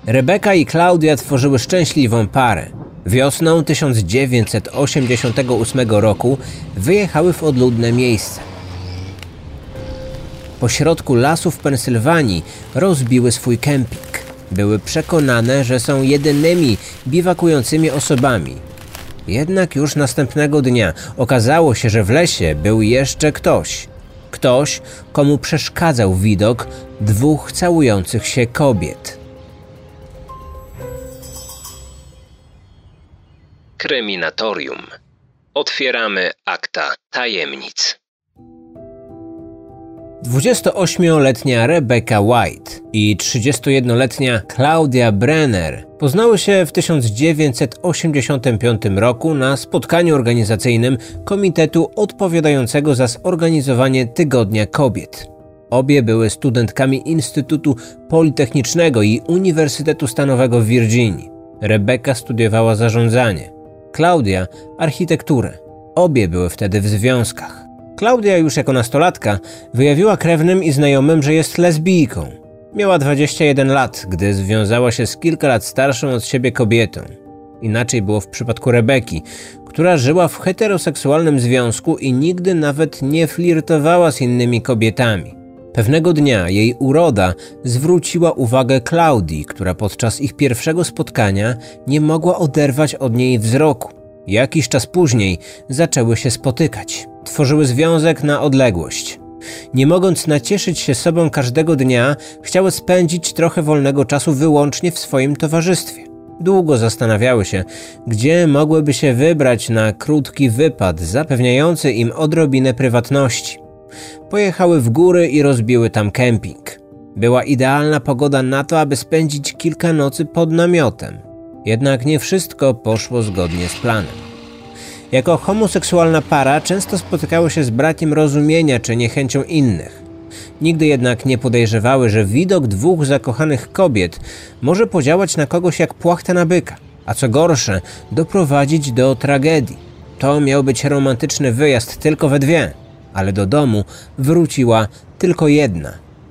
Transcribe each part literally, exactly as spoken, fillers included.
Rebeka i Klaudia tworzyły szczęśliwą parę. Wiosną tysiąc dziewięćset osiemdziesiątego ósmego roku wyjechały w odludne miejsce. Pośrodku lasu w Pensylwanii rozbiły swój kemping. Były przekonane, że są jedynymi biwakującymi osobami. Jednak już następnego dnia okazało się, że w lesie był jeszcze ktoś. Ktoś, komu przeszkadzał widok dwóch całujących się kobiet. Kryminatorium. Otwieramy akta tajemnic. dwudziestoośmioletnia Rebecca White i trzydziestojednoletnia Claudia Brenner poznały się w tysiąc dziewięćset osiemdziesiątym piątym roku na spotkaniu organizacyjnym komitetu odpowiadającego za zorganizowanie Tygodnia Kobiet. Obie były studentkami Instytutu Politechnicznego i Uniwersytetu Stanowego w Virginii. Rebecca studiowała zarządzanie, Claudia architekturę. Obie były wtedy w związkach. Claudia już jako nastolatka wyjawiła krewnym i znajomym, że jest lesbijką. Miała dwadzieścia jeden lat, gdy związała się z kilka lat starszą od siebie kobietą. Inaczej było w przypadku Rebeki, która żyła w heteroseksualnym związku i nigdy nawet nie flirtowała z innymi kobietami. Pewnego dnia jej uroda zwróciła uwagę Klaudii, która podczas ich pierwszego spotkania nie mogła oderwać od niej wzroku. Jakiś czas później zaczęły się spotykać. Tworzyły związek na odległość. Nie mogąc nacieszyć się sobą każdego dnia, chciały spędzić trochę wolnego czasu wyłącznie w swoim towarzystwie. Długo zastanawiały się, gdzie mogłyby się wybrać na krótki wypad zapewniający im odrobinę prywatności. Pojechały w góry i rozbiły tam kemping. Była idealna pogoda na to, aby spędzić kilka nocy pod namiotem. Jednak nie wszystko poszło zgodnie z planem. Jako homoseksualna para często spotykały się z brakiem rozumienia czy niechęcią innych. Nigdy jednak nie podejrzewały, że widok dwóch zakochanych kobiet może podziałać na kogoś jak płachta na byka, a co gorsze, doprowadzić do tragedii. To miał być romantyczny wyjazd tylko we dwie, ale do domu wróciła tylko jedna.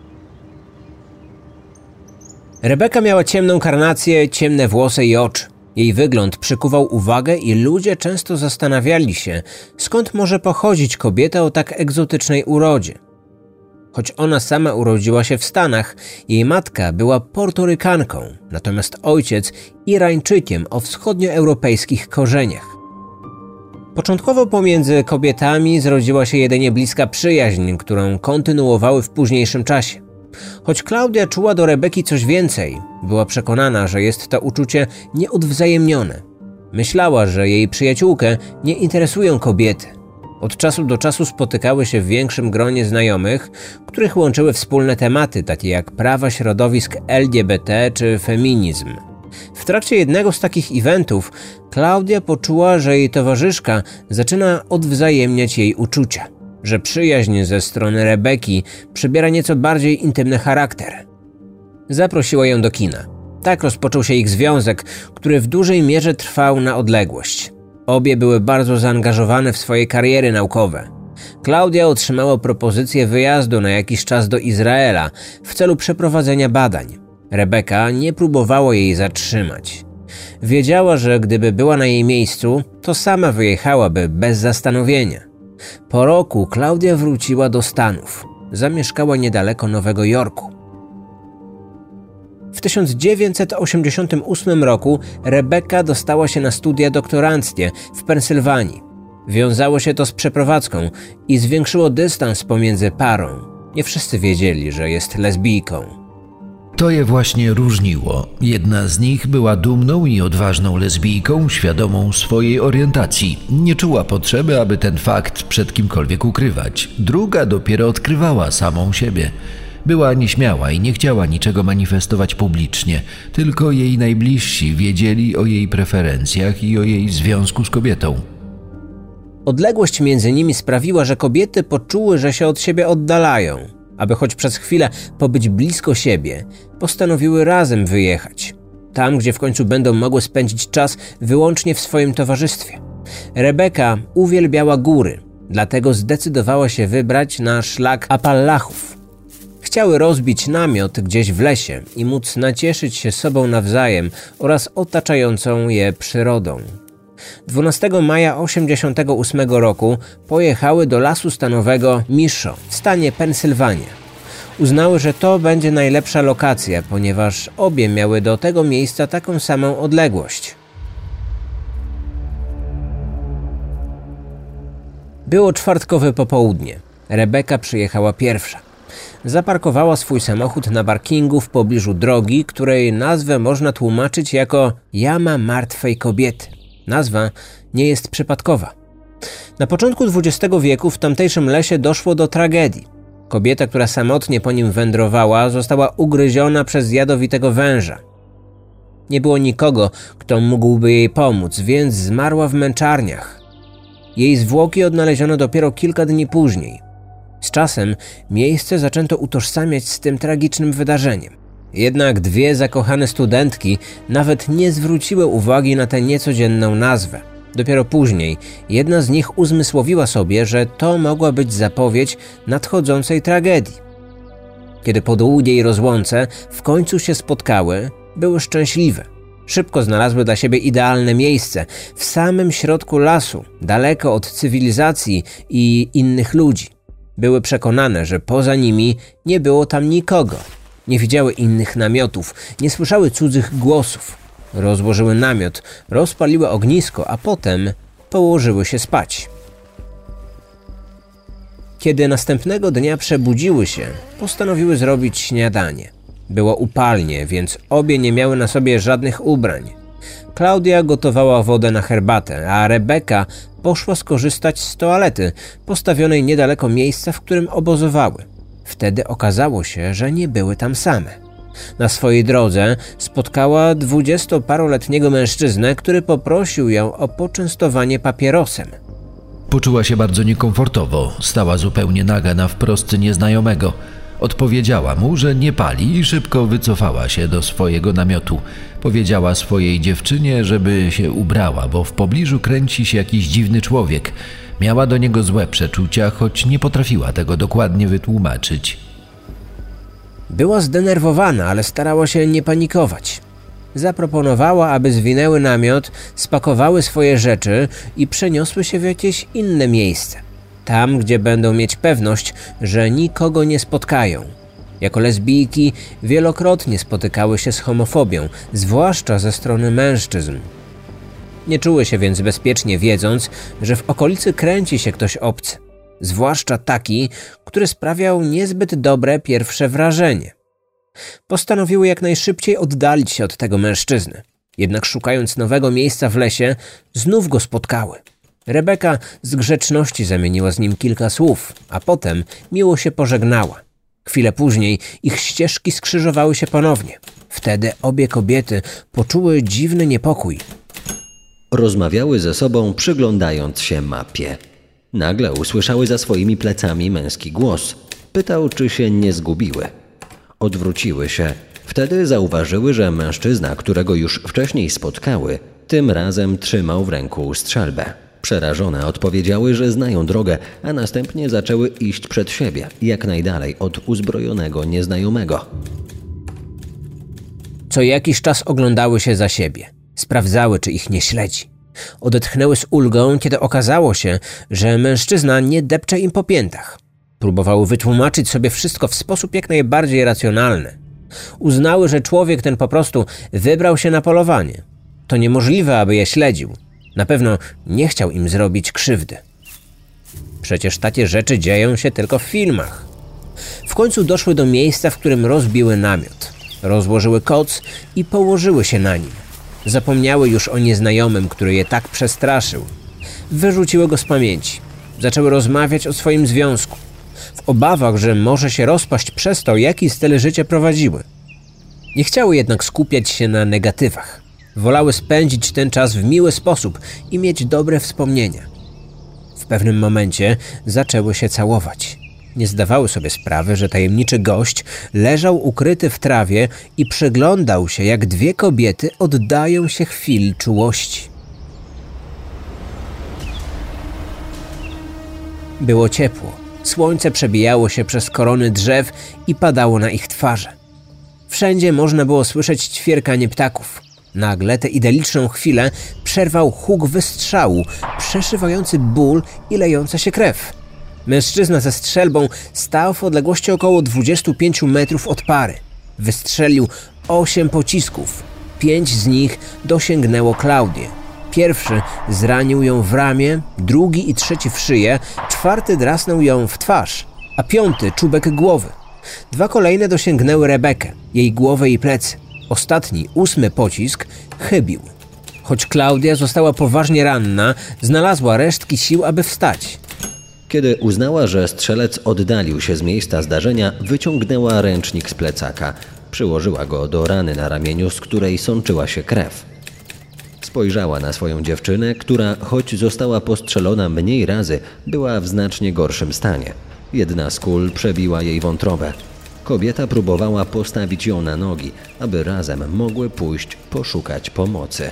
Rebeka miała ciemną karnację, ciemne włosy i oczy. Jej wygląd przykuwał uwagę i ludzie często zastanawiali się, skąd może pochodzić kobieta o tak egzotycznej urodzie. Choć ona sama urodziła się w Stanach, jej matka była Portorykanką, natomiast ojciec Irańczykiem o wschodnioeuropejskich korzeniach. Początkowo pomiędzy kobietami zrodziła się jedynie bliska przyjaźń, którą kontynuowały w późniejszym czasie. Choć Klaudia czuła do Rebeki coś więcej, była przekonana, że jest to uczucie nieodwzajemnione. Myślała, że jej przyjaciółkę nie interesują kobiety. Od czasu do czasu spotykały się w większym gronie znajomych, których łączyły wspólne tematy, takie jak prawa środowisk L G B T czy feminizm. W trakcie jednego z takich eventów Klaudia poczuła, że jej towarzyszka zaczyna odwzajemniać jej uczucia, że przyjaźń ze strony Rebeki przybiera nieco bardziej intymny charakter. Zaprosiła ją do kina. Tak rozpoczął się ich związek, który w dużej mierze trwał na odległość. Obie były bardzo zaangażowane w swoje kariery naukowe. Klaudia otrzymała propozycję wyjazdu na jakiś czas do Izraela w celu przeprowadzenia badań. Rebeka nie próbowała jej zatrzymać. Wiedziała, że gdyby była na jej miejscu, to sama wyjechałaby bez zastanowienia. Po roku Klaudia wróciła do Stanów. Zamieszkała niedaleko Nowego Jorku. W tysiąc dziewięćset osiemdziesiątym ósmym roku Rebeka dostała się na studia doktoranckie w Pensylwanii. Wiązało się to z przeprowadzką i zwiększyło dystans pomiędzy parą. Nie wszyscy wiedzieli, że jest lesbijką. To je właśnie różniło. Jedna z nich była dumną i odważną lesbijką, świadomą swojej orientacji. Nie czuła potrzeby, aby ten fakt przed kimkolwiek ukrywać. Druga dopiero odkrywała samą siebie. Była nieśmiała i nie chciała niczego manifestować publicznie. Tylko jej najbliżsi wiedzieli o jej preferencjach i o jej związku z kobietą. Odległość między nimi sprawiła, że kobiety poczuły, że się od siebie oddalają. Aby choć przez chwilę pobyć blisko siebie, postanowiły razem wyjechać. Tam, gdzie w końcu będą mogły spędzić czas wyłącznie w swoim towarzystwie. Rebeka uwielbiała góry, dlatego zdecydowała się wybrać na szlak Apalachów. Chciały rozbić namiot gdzieś w lesie i móc nacieszyć się sobą nawzajem oraz otaczającą je przyrodą. dwunastego maja osiemdziesiątego ósmego roku pojechały do lasu stanowego Misho w stanie Pensylwania. Uznały, że to będzie najlepsza lokacja, ponieważ obie miały do tego miejsca taką samą odległość. Było czwartkowe popołudnie. Rebeka przyjechała pierwsza. Zaparkowała swój samochód na parkingu w pobliżu drogi, której nazwę można tłumaczyć jako Jama Martwej Kobiety. Nazwa nie jest przypadkowa. Na początku dwudziestego wieku w tamtejszym lesie doszło do tragedii. Kobieta, która samotnie po nim wędrowała, została ugryziona przez jadowitego węża. Nie było nikogo, kto mógłby jej pomóc, więc zmarła w męczarniach. Jej zwłoki odnaleziono dopiero kilka dni później. Z czasem miejsce zaczęto utożsamiać z tym tragicznym wydarzeniem. Jednak dwie zakochane studentki nawet nie zwróciły uwagi na tę niecodzienną nazwę. Dopiero później jedna z nich uzmysłowiła sobie, że to mogła być zapowiedź nadchodzącej tragedii. Kiedy po długiej rozłące w końcu się spotkały, były szczęśliwe. Szybko znalazły dla siebie idealne miejsce, w samym środku lasu, daleko od cywilizacji i innych ludzi. Były przekonane, że poza nimi nie było tam nikogo. Nie widziały innych namiotów, nie słyszały cudzych głosów. Rozłożyły namiot, rozpaliły ognisko, a potem położyły się spać. Kiedy następnego dnia przebudziły się, postanowiły zrobić śniadanie. Było upalnie, więc obie nie miały na sobie żadnych ubrań. Klaudia gotowała wodę na herbatę, a Rebeka poszła skorzystać z toalety, postawionej niedaleko miejsca, w którym obozowały. Wtedy okazało się, że nie były tam same. Na swojej drodze spotkała dwudziestoparoletniego mężczyznę, który poprosił ją o poczęstowanie papierosem. Poczuła się bardzo niekomfortowo, stała zupełnie naga na wprost nieznajomego. Odpowiedziała mu, że nie pali i szybko wycofała się do swojego namiotu. Powiedziała swojej dziewczynie, żeby się ubrała, bo w pobliżu kręci się jakiś dziwny człowiek. Miała do niego złe przeczucia, choć nie potrafiła tego dokładnie wytłumaczyć. Była zdenerwowana, ale starała się nie panikować. Zaproponowała, aby zwinęły namiot, spakowały swoje rzeczy i przeniosły się w jakieś inne miejsce. Tam, gdzie będą mieć pewność, że nikogo nie spotkają. Jako lesbijki wielokrotnie spotykały się z homofobią, zwłaszcza ze strony mężczyzn. Nie czuły się więc bezpiecznie, wiedząc, że w okolicy kręci się ktoś obcy. Zwłaszcza taki, który sprawiał niezbyt dobre pierwsze wrażenie. Postanowiły jak najszybciej oddalić się od tego mężczyzny. Jednak szukając nowego miejsca w lesie, znów go spotkały. Rebeka z grzeczności zamieniła z nim kilka słów, a potem miło się pożegnała. Chwilę później ich ścieżki skrzyżowały się ponownie. Wtedy obie kobiety poczuły dziwny niepokój. Rozmawiały ze sobą, przyglądając się mapie. Nagle usłyszały za swoimi plecami męski głos. Pytał, czy się nie zgubiły. Odwróciły się. Wtedy zauważyły, że mężczyzna, którego już wcześniej spotkały, tym razem trzymał w ręku strzelbę. Przerażone odpowiedziały, że znają drogę, a następnie zaczęły iść przed siebie, jak najdalej od uzbrojonego nieznajomego. Co jakiś czas oglądały się za siebie. Sprawdzały, czy ich nie śledzi. Odetchnęły z ulgą, kiedy okazało się, że mężczyzna nie depcze im po piętach. Próbowały wytłumaczyć sobie wszystko w sposób jak najbardziej racjonalny. Uznały, że człowiek ten po prostu wybrał się na polowanie. To niemożliwe, aby je śledził. Na pewno nie chciał im zrobić krzywdy. Przecież takie rzeczy dzieją się tylko w filmach. W końcu doszły do miejsca, w którym rozbiły namiot. Rozłożyły koc i położyły się na nim. Zapomniały już o nieznajomym, który je tak przestraszył. Wyrzuciły go z pamięci. Zaczęły rozmawiać o swoim związku. W obawach, że może się rozpaść przez to, jaki styl życia prowadziły. Nie chciały jednak skupiać się na negatywach. Wolały spędzić ten czas w miły sposób i mieć dobre wspomnienia. W pewnym momencie zaczęły się całować. Nie zdawały sobie sprawy, że tajemniczy gość leżał ukryty w trawie i przyglądał się, jak dwie kobiety oddają się chwili czułości. Było ciepło. Słońce przebijało się przez korony drzew i padało na ich twarze. Wszędzie można było słyszeć ćwierkanie ptaków. Nagle tę idylliczną chwilę przerwał huk wystrzału, przeszywający ból i lejąca się krew. Mężczyzna ze strzelbą stał w odległości około dwudziestu pięciu metrów od pary. Wystrzelił osiem pocisków. Pięć z nich dosięgnęło Klaudię. Pierwszy zranił ją w ramię, drugi i trzeci w szyję, czwarty drasnął ją w twarz, a piąty czubek głowy. Dwa kolejne dosięgnęły Rebekę, jej głowę i plecy. Ostatni, ósmy pocisk chybił. Choć Klaudia została poważnie ranna, znalazła resztki sił, aby wstać. Kiedy uznała, że strzelec oddalił się z miejsca zdarzenia, wyciągnęła ręcznik z plecaka. Przyłożyła go do rany na ramieniu, z której sączyła się krew. Spojrzała na swoją dziewczynę, która, choć została postrzelona mniej razy, była w znacznie gorszym stanie. Jedna z kul przebiła jej wątrobę. Kobieta próbowała postawić ją na nogi, aby razem mogły pójść poszukać pomocy.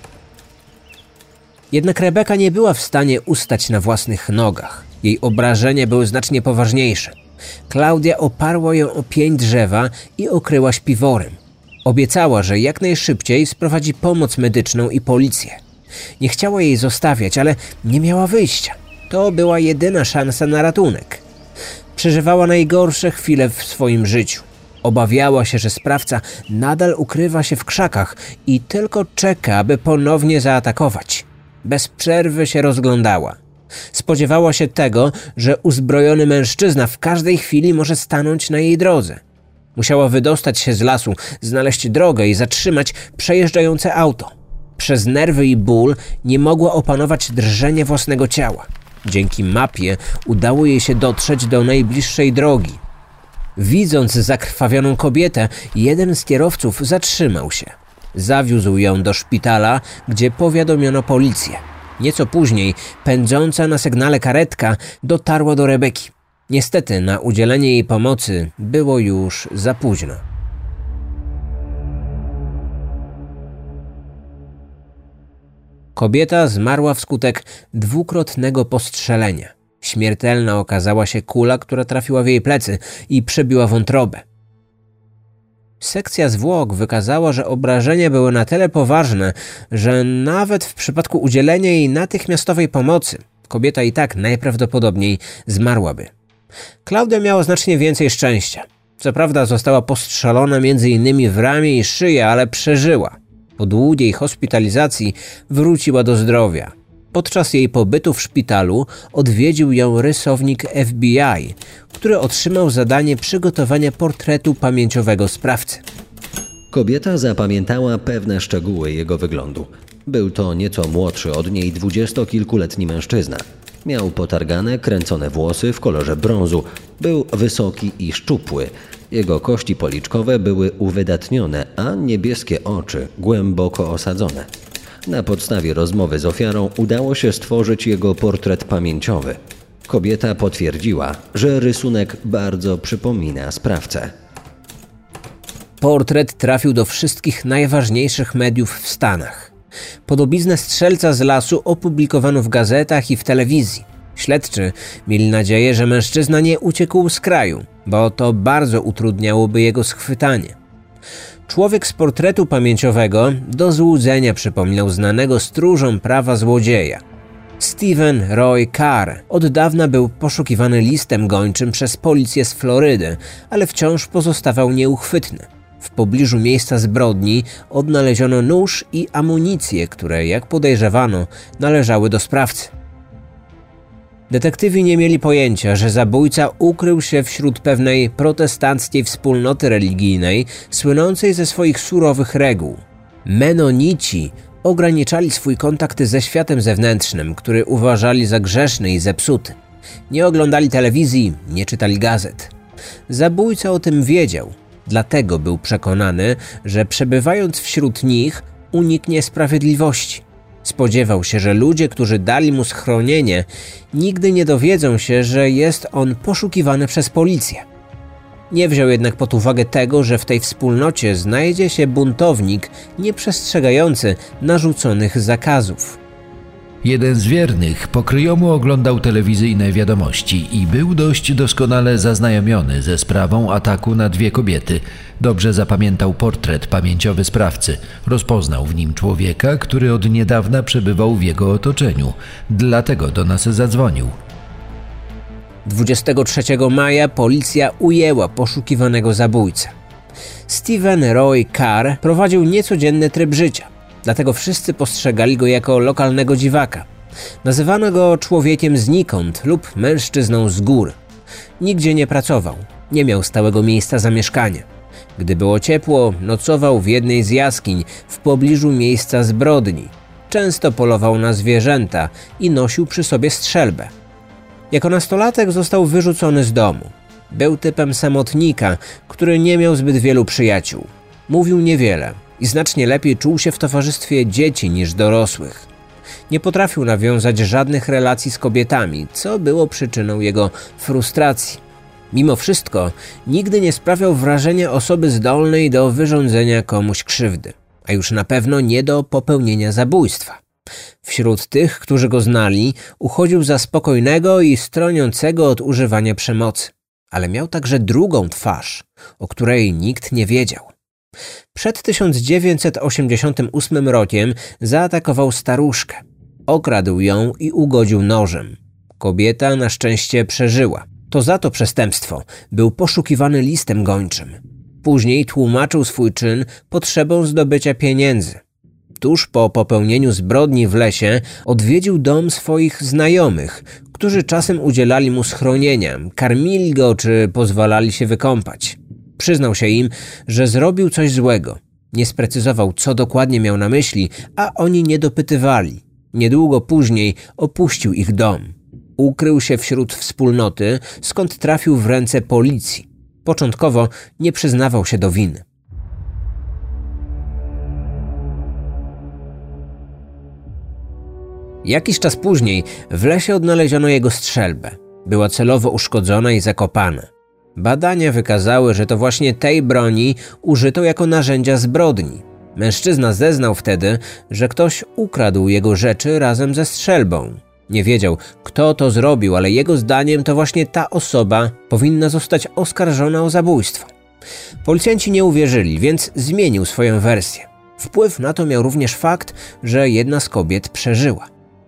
Jednak Rebeka nie była w stanie ustać na własnych nogach. Jej obrażenia były znacznie poważniejsze. Klaudia oparła ją o pień drzewa i okryła śpiworem. Obiecała, że jak najszybciej sprowadzi pomoc medyczną i policję. Nie chciała jej zostawiać, ale nie miała wyjścia. To była jedyna szansa na ratunek. Przeżywała najgorsze chwile w swoim życiu. Obawiała się, że sprawca nadal ukrywa się w krzakach i tylko czeka, aby ponownie zaatakować. Bez przerwy się rozglądała. Spodziewała się tego, że uzbrojony mężczyzna w każdej chwili może stanąć na jej drodze. Musiała wydostać się z lasu, znaleźć drogę i zatrzymać przejeżdżające auto. Przez nerwy i ból nie mogła opanować drżenia własnego ciała. Dzięki mapie udało jej się dotrzeć do najbliższej drogi. Widząc zakrwawioną kobietę, jeden z kierowców zatrzymał się. Zawiózł ją do szpitala, gdzie powiadomiono policję. Nieco później pędząca na sygnale karetka dotarła do Rebeki. Niestety na udzielenie jej pomocy było już za późno. Kobieta zmarła wskutek dwukrotnego postrzelenia. Śmiertelna okazała się kula, która trafiła w jej plecy i przebiła wątrobę. Sekcja zwłok wykazała, że obrażenia były na tyle poważne, że nawet w przypadku udzielenia jej natychmiastowej pomocy kobieta i tak najprawdopodobniej zmarłaby. Klaudia miała znacznie więcej szczęścia. Co prawda została postrzelona między innymi w ramię i szyję, ale przeżyła. Po długiej hospitalizacji wróciła do zdrowia. Podczas jej pobytu w szpitalu odwiedził ją rysownik F B I, który otrzymał zadanie przygotowania portretu pamięciowego sprawcy. Kobieta zapamiętała pewne szczegóły jego wyglądu. Był to nieco młodszy od niej dwudziestokilkuletni mężczyzna. Miał potargane, kręcone włosy w kolorze brązu. Był wysoki i szczupły. Jego kości policzkowe były uwydatnione, a niebieskie oczy głęboko osadzone. Na podstawie rozmowy z ofiarą udało się stworzyć jego portret pamięciowy. Kobieta potwierdziła, że rysunek bardzo przypomina sprawcę. Portret trafił do wszystkich najważniejszych mediów w Stanach. Podobiznę strzelca z lasu opublikowano w gazetach i w telewizji. Śledczy mieli nadzieję, że mężczyzna nie uciekł z kraju, bo to bardzo utrudniałoby jego schwytanie. Człowiek z portretu pamięciowego do złudzenia przypominał znanego stróżom prawa złodzieja. Stephen Roy Carr od dawna był poszukiwany listem gończym przez policję z Florydy, ale wciąż pozostawał nieuchwytny. W pobliżu miejsca zbrodni odnaleziono nóż i amunicję, które, jak podejrzewano, należały do sprawcy. Detektywi nie mieli pojęcia, że zabójca ukrył się wśród pewnej protestanckiej wspólnoty religijnej, słynącej ze swoich surowych reguł. Menonici ograniczali swój kontakt ze światem zewnętrznym, który uważali za grzeszny i zepsuty. Nie oglądali telewizji, nie czytali gazet. Zabójca o tym wiedział, dlatego był przekonany, że przebywając wśród nich uniknie sprawiedliwości. Spodziewał się, że ludzie, którzy dali mu schronienie, nigdy nie dowiedzą się, że jest on poszukiwany przez policję. Nie wziął jednak pod uwagę tego, że w tej wspólnocie znajdzie się buntownik nieprzestrzegający narzuconych zakazów. Jeden z wiernych pokryjomu oglądał telewizyjne wiadomości i był dość doskonale zaznajomiony ze sprawą ataku na dwie kobiety. Dobrze zapamiętał portret pamięciowy sprawcy. Rozpoznał w nim człowieka, który od niedawna przebywał w jego otoczeniu. Dlatego do nas zadzwonił. dwudziestego trzeciego maja policja ujęła poszukiwanego zabójcę. Stephen Roy Carr prowadził niecodzienny tryb życia, dlatego wszyscy postrzegali go jako lokalnego dziwaka. Nazywano go człowiekiem znikąd lub mężczyzną z gór. Nigdzie nie pracował, nie miał stałego miejsca zamieszkania. Gdy było ciepło, nocował w jednej z jaskiń w pobliżu miejsca zbrodni. Często polował na zwierzęta i nosił przy sobie strzelbę. Jako nastolatek został wyrzucony z domu. Był typem samotnika, który nie miał zbyt wielu przyjaciół. Mówił niewiele i znacznie lepiej czuł się w towarzystwie dzieci niż dorosłych. Nie potrafił nawiązać żadnych relacji z kobietami, co było przyczyną jego frustracji. Mimo wszystko nigdy nie sprawiał wrażenia osoby zdolnej do wyrządzenia komuś krzywdy, a już na pewno nie do popełnienia zabójstwa. Wśród tych, którzy go znali, uchodził za spokojnego i stroniącego od używania przemocy. Ale miał także drugą twarz, o której nikt nie wiedział. Przed tysiąc dziewięćset osiemdziesiątym ósmym rokiem zaatakował staruszkę. Okradł ją i ugodził nożem. Kobieta na szczęście przeżyła. To za to przestępstwo był poszukiwany listem gończym. Później tłumaczył swój czyn potrzebą zdobycia pieniędzy. Tuż po popełnieniu zbrodni w lesie odwiedził dom swoich znajomych, którzy czasem udzielali mu schronienia, karmili go czy pozwalali się wykąpać. Przyznał się im, że zrobił coś złego. Nie sprecyzował, co dokładnie miał na myśli, a oni nie dopytywali. Niedługo później opuścił ich dom. Ukrył się wśród wspólnoty, skąd trafił w ręce policji. Początkowo nie przyznawał się do winy. Jakiś czas później w lesie odnaleziono jego strzelbę. Była celowo uszkodzona i zakopana. Badania wykazały, że to właśnie tej broni użyto jako narzędzia zbrodni. Mężczyzna zeznał wtedy, że ktoś ukradł jego rzeczy razem ze strzelbą. Nie wiedział, kto to zrobił, ale jego zdaniem to właśnie ta osoba powinna zostać oskarżona o zabójstwo. Policjanci nie uwierzyli, więc zmienił swoją wersję. Wpływ na to miał również fakt, że jedna z kobiet przeżyła.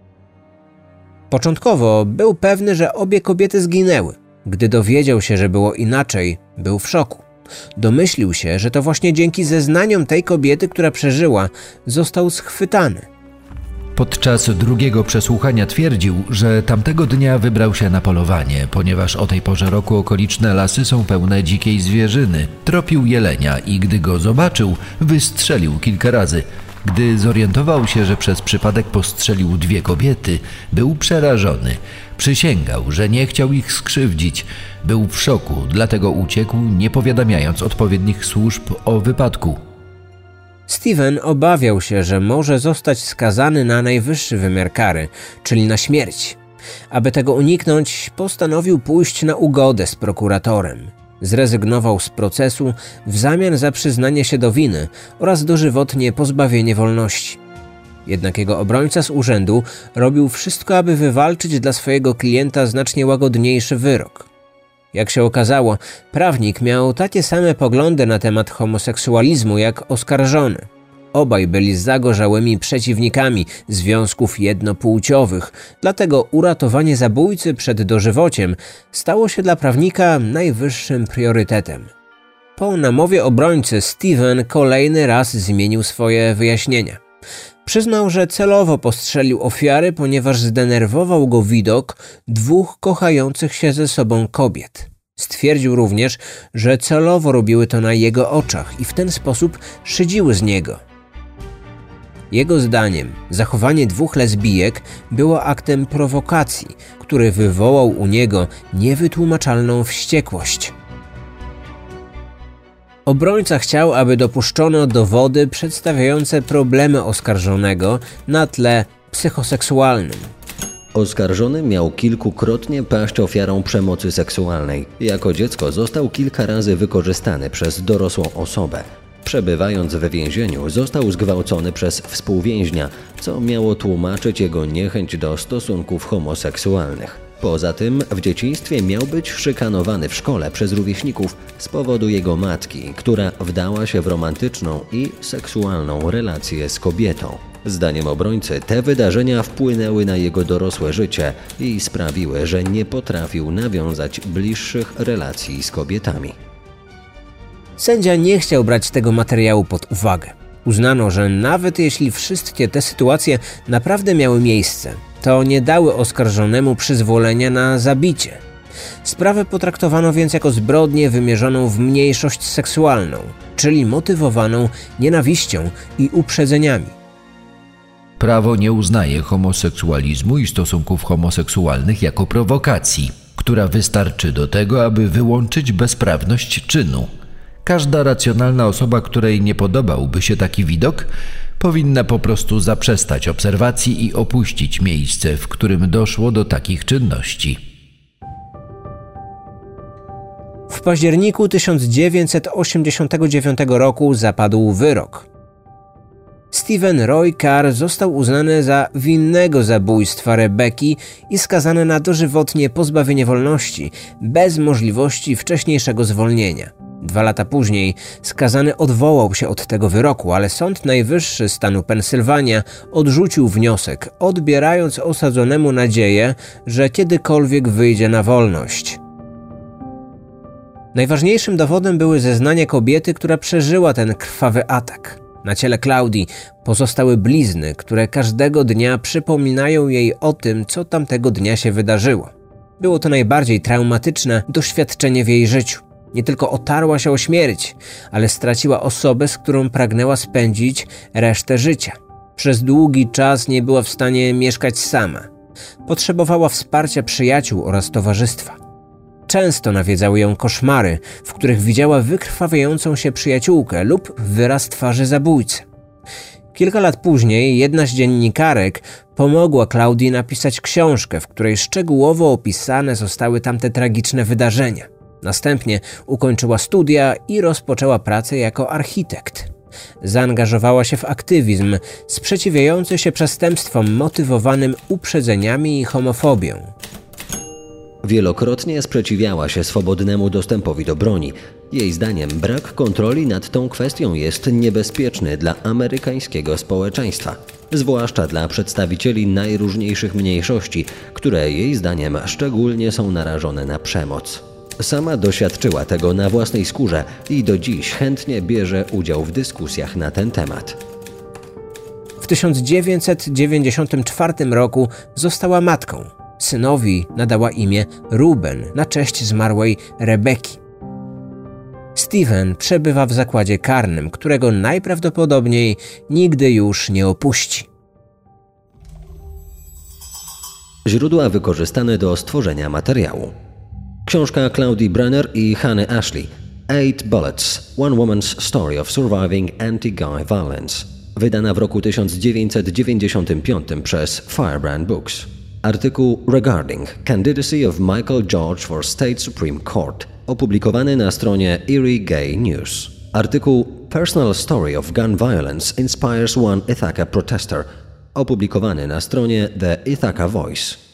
Początkowo był pewny, że obie kobiety zginęły. Gdy dowiedział się, że było inaczej, był w szoku. Domyślił się, że to właśnie dzięki zeznaniom tej kobiety, która przeżyła, został schwytany. Podczas drugiego przesłuchania twierdził, że tamtego dnia wybrał się na polowanie, ponieważ o tej porze roku okoliczne lasy są pełne dzikiej zwierzyny. Tropił jelenia i gdy go zobaczył, wystrzelił kilka razy. Gdy zorientował się, że przez przypadek postrzelił dwie kobiety, był przerażony. Przysięgał, że nie chciał ich skrzywdzić. Był w szoku, dlatego uciekł, nie powiadamiając odpowiednich służb o wypadku. Steven obawiał się, że może zostać skazany na najwyższy wymiar kary, czyli na śmierć. Aby tego uniknąć, postanowił pójść na ugodę z prokuratorem. Zrezygnował z procesu w zamian za przyznanie się do winy oraz dożywotnie pozbawienie wolności. Jednak jego obrońca z urzędu robił wszystko, aby wywalczyć dla swojego klienta znacznie łagodniejszy wyrok. Jak się okazało, prawnik miał takie same poglądy na temat homoseksualizmu jak oskarżony. Obaj byli zagorzałymi przeciwnikami związków jednopłciowych, dlatego uratowanie zabójcy przed dożywociem stało się dla prawnika najwyższym priorytetem. Po namowie obrońcy Steven kolejny raz zmienił swoje wyjaśnienia. Przyznał, że celowo postrzelił ofiary, ponieważ zdenerwował go widok dwóch kochających się ze sobą kobiet. Stwierdził również, że celowo robiły to na jego oczach i w ten sposób szydziły z niego. Jego zdaniem zachowanie dwóch lesbijek było aktem prowokacji, który wywołał u niego niewytłumaczalną wściekłość. Obrońca chciał, aby dopuszczono dowody przedstawiające problemy oskarżonego na tle psychoseksualnym. Oskarżony miał kilkukrotnie paść ofiarą przemocy seksualnej. Jako dziecko został kilka razy wykorzystany przez dorosłą osobę. Przebywając w więzieniu, został zgwałcony przez współwięźnia, co miało tłumaczyć jego niechęć do stosunków homoseksualnych. Poza tym w dzieciństwie miał być szykanowany w szkole przez rówieśników z powodu jego matki, która wdała się w romantyczną i seksualną relację z kobietą. Zdaniem obrońcy te wydarzenia wpłynęły na jego dorosłe życie i sprawiły, że nie potrafił nawiązać bliższych relacji z kobietami. Sędzia nie chciał brać tego materiału pod uwagę. Uznano, że nawet jeśli wszystkie te sytuacje naprawdę miały miejsce, to nie dały oskarżonemu przyzwolenia na zabicie. Sprawę potraktowano więc jako zbrodnię wymierzoną w mniejszość seksualną, czyli motywowaną nienawiścią i uprzedzeniami. Prawo nie uznaje homoseksualizmu i stosunków homoseksualnych jako prowokacji, która wystarczy do tego, aby wyłączyć bezprawność czynu. Każda racjonalna osoba, której nie podobałby się taki widok, powinna po prostu zaprzestać obserwacji i opuścić miejsce, w którym doszło do takich czynności. W październiku tysiąc dziewięćset osiemdziesiątego dziewiątego roku zapadł wyrok. Stephen Roy Carr został uznany za winnego zabójstwa Rebeki i skazany na dożywotnie pozbawienie wolności bez możliwości wcześniejszego zwolnienia. Dwa lata później skazany odwołał się od tego wyroku, ale Sąd Najwyższy stanu Pensylwania odrzucił wniosek, odbierając osadzonemu nadzieję, że kiedykolwiek wyjdzie na wolność. Najważniejszym dowodem były zeznania kobiety, która przeżyła ten krwawy atak. Na ciele Claudii pozostały blizny, które każdego dnia przypominają jej o tym, co tamtego dnia się wydarzyło. Było to najbardziej traumatyczne doświadczenie w jej życiu. Nie tylko otarła się o śmierć, ale straciła osobę, z którą pragnęła spędzić resztę życia. Przez długi czas nie była w stanie mieszkać sama. Potrzebowała wsparcia przyjaciół oraz towarzystwa. Często nawiedzały ją koszmary, w których widziała wykrwawiającą się przyjaciółkę lub wyraz twarzy zabójcy. Kilka lat później jedna z dziennikarek pomogła Claudii napisać książkę, w której szczegółowo opisane zostały tamte tragiczne wydarzenia. Następnie ukończyła studia i rozpoczęła pracę jako architekt. Zaangażowała się w aktywizm sprzeciwiający się przestępstwom motywowanym uprzedzeniami i homofobią. Wielokrotnie sprzeciwiała się swobodnemu dostępowi do broni. Jej zdaniem brak kontroli nad tą kwestią jest niebezpieczny dla amerykańskiego społeczeństwa, zwłaszcza dla przedstawicieli najróżniejszych mniejszości, które jej zdaniem szczególnie są narażone na przemoc. Sama doświadczyła tego na własnej skórze i do dziś chętnie bierze udział w dyskusjach na ten temat. W tysiąc dziewięćset dziewięćdziesiątym czwartym roku została matką. Synowi nadała imię Ruben na cześć zmarłej Rebeki. Stephen przebywa w zakładzie karnym, którego najprawdopodobniej nigdy już nie opuści. Źródła wykorzystane do stworzenia materiału. Książka Claudii Brenner i Hany Ashley Eight Bullets – One Woman's Story of Surviving Anti-Gay Violence, wydana w roku tysiąc dziewięćset dziewięćdziesiątym piątym przez Firebrand Books. Artykuł Regarding Candidacy of Michael George for State Supreme Court, opublikowany na stronie Erie Gay News. Artykuł Personal Story of Gun Violence Inspires One Ithaca Protester, opublikowany na stronie The Ithaca Voice.